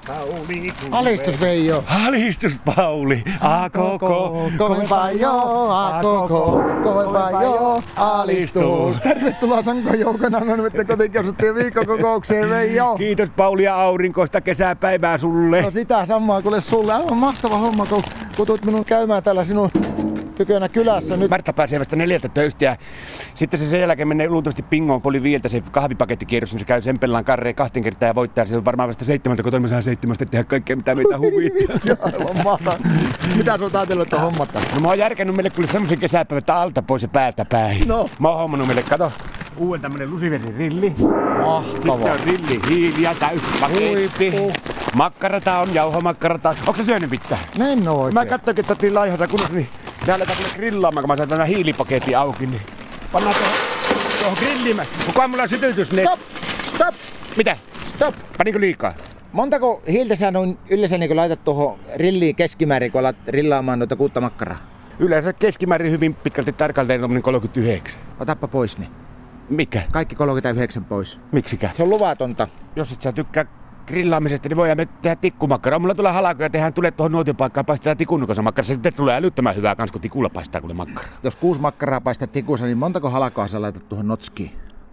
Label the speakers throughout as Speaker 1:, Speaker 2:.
Speaker 1: Pauli.
Speaker 2: Alistus Veijo.
Speaker 1: Alistus Pauli. A koko.
Speaker 2: Kovempaa joo, a koko. Kovempaa joo, alistus. Tervetuloa Sankoin joukona Anonyymitten kotikiusattujen viikkokokoukseen Veijo.
Speaker 1: Kiitos Pauli ja aurinkoista kesäpäivää sulle.
Speaker 2: No sitä samaa kuule sulle. Aivan mahtava homma, kun tulet minun käymään täällä sinun tykönä kylässä nyt.
Speaker 1: Martta pääsee vasta 4 töistä ja sitten se sen jälkeen menee luultavasti pingoon, kun oli 5 se kahvipakettikierros, niin se käy Sempelän karreen 2 kertaa ja voittaa. Se on varmaan vasta 7, kun mä saan 7 tehdä kaikkea, mitä meitä huvittaa.
Speaker 2: Aivan mahtavaa. Mitä sä oot ajatellut, että hommatta?
Speaker 1: No mä oon järkännyt meille kuule semmosen kesäpäivän, että alta pois ja päältä päin.
Speaker 2: No.
Speaker 1: Mä oon hommannut meille, kato, uuden tämmönen lusiveririlli.
Speaker 2: Mahtavaa.
Speaker 1: Sitten on rilli, hiiliä, täyspaketti. Makkarata on, jauhomakkarata. Onko sä syönyt mitään?
Speaker 2: En oo oikein.
Speaker 1: Mä katsoinkin, että otin laihota kunnossa, niin me aletaan kuule grillaamaan, kun mä saan tämän hiilipaketin auki, niin pannaan tuohon grillimään. Kukaan mulla on sytytys, niin...
Speaker 2: Stop!
Speaker 1: Mitä?
Speaker 2: Stop!
Speaker 1: Paninko liikaa?
Speaker 2: Montako hiiltä sä noin yleensä niin laitat tuohon rilliin keskimäärin, kun alat rillaamaan noita 6 makkaraa?
Speaker 1: Yleensä keskimäärin hyvin pitkälti tarkalleen 39.
Speaker 2: Otappa pois ne.
Speaker 1: Mikä?
Speaker 2: Kaikki 39 pois.
Speaker 1: Miksikä?
Speaker 2: Se on luvatonta.
Speaker 1: Jos et sä tykkää grillaamisesta, niin voidaan me tehdä tikkumakkaraa. Mulla tulee halakoja, tehdään tulee tuohon nuotiopaikkaan, paistetaan tikunnukossa makkaraa. Sitten tulee älyttömän hyvää kans, kun tikulla paistaa kuule makkaraa.
Speaker 2: Jos 6 makkaraa paistat tikussa, niin montako halakoa sä laitat tuohon notskiin?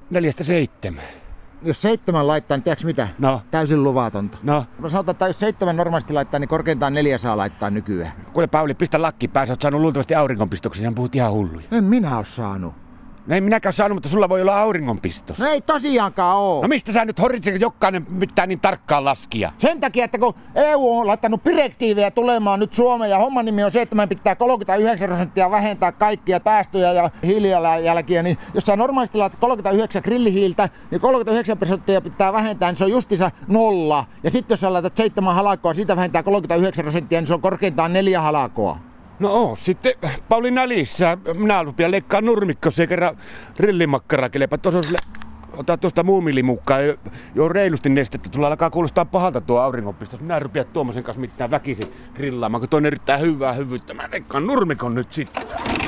Speaker 1: 4-7.
Speaker 2: Jos 7 laittaa, niin tiedätkö mitä?
Speaker 1: No.
Speaker 2: Täysin luvatonta.
Speaker 1: No.
Speaker 2: Mä sanotaan, että jos 7 normaalisti laittaa, niin korkeintaan 4 saa laittaa nykyään.
Speaker 1: Kuule Pauli, pistä lakki päässä, oot saanut luultavasti auringonpistoksia, sä puhut ihan hulluja.
Speaker 2: En minä oo saanut.
Speaker 1: No ei minäkään saanut, mutta sulla voi olla auringonpistos.
Speaker 2: No ei tosiaankaan oo.
Speaker 1: No mistä sä nyt horitset jokainen mitään niin tarkkaan laskia?
Speaker 2: Sen takia, että kun EU on laittanut direktiivejä tulemaan nyt Suomeen ja homman nimi on se, että meidän pitää 39% vähentää kaikkia päästöjä ja hiilijalanjälkiä, niin jos sä normaalisti laitat 39 grillihiiltä, niin 39% pitää vähentää, niin se on justiinsa 0. Ja sitten jos sä laitat 7 halakoa, siitä vähentää 39%, niin se on korkeintaan 4 halakoa.
Speaker 1: No sitten Pauli nälissä. Minä rupean leikkaa nurmikko, se kerran rillimakkara kelepä. Tuossa on sille, ota tuosta muumilimuukkaa jo reilusti nestettä. Tulla alkaa kuulostaa pahalta tuo auringonpistos. Minä rupean tuommoisen kanssa mitään väkisin grillaamaan, kun toinen yrittää hyvää hyvyyttä. Mä leikkaan nurmikon nyt sitten.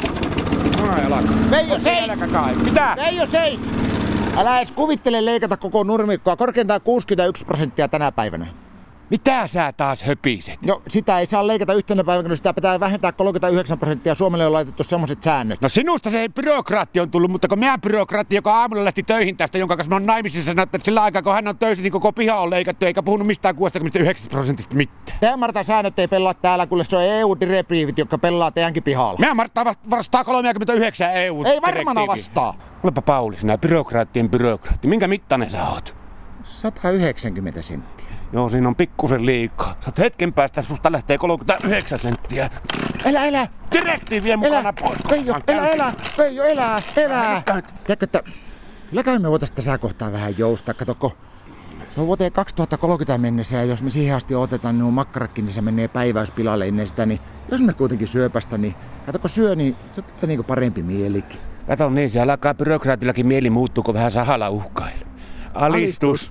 Speaker 2: Veijo seis!
Speaker 1: Mitä?
Speaker 2: Veijo seis! Älä edes kuvittele leikata koko nurmikkoa, korkeintaan 61% tänä päivänä.
Speaker 1: Mitä sä taas höpiset?
Speaker 2: No sitä ei saa leikata yhtenä päivänä, kun sitä pitää vähentää 39%. Suomelle on laitettu semmoset säännöt.
Speaker 1: No sinusta se byrokraatti on tullut, mutta kun minä byrokraatti, joka aamulla lähti töihin tästä, jonka kanssa mä oon naimisissa, sanoi, että sillä aikaa kun hän on töissä, niin koko piha on leikattu, eikä puhunut mistään 69% mitään.
Speaker 2: Teidän Martan säännöt ei pelaa täällä, kun se on EU-direktiivit, jotka pelaa teidänkin pihalla.
Speaker 1: Minä Martta vastaa 39 EU.
Speaker 2: Ei varmana vastaa.
Speaker 1: Kuulepa Pauli, sinä byrokraattien byrokraatti. Minkä mittainen sä oot?
Speaker 2: 190 senttiä.
Speaker 1: Joo, siinä on pikkusen liikaa. Sä oot hetken päästä, susta lähtee 39 senttiä.
Speaker 2: Elä!
Speaker 1: Direktiivien mukana pois.
Speaker 2: Veijo, elää! Tiedätkö, että kyllä kai me voitais tässä kohtaa vähän joustaa. Katoko, se on vuoteen 2030 mennessä ja jos me siihen asti otetaan niin makkarakin, niin se menee päiväyspilalle ennen sitä. Niin jos me kuitenkin syöpästä, niin katoko syö, niin se tulee niinku parempi mielikin.
Speaker 1: Kato niin, se alkaa byrokraatillakin mieli muuttuu, kun vähän sahalla uhkailla. Alistus.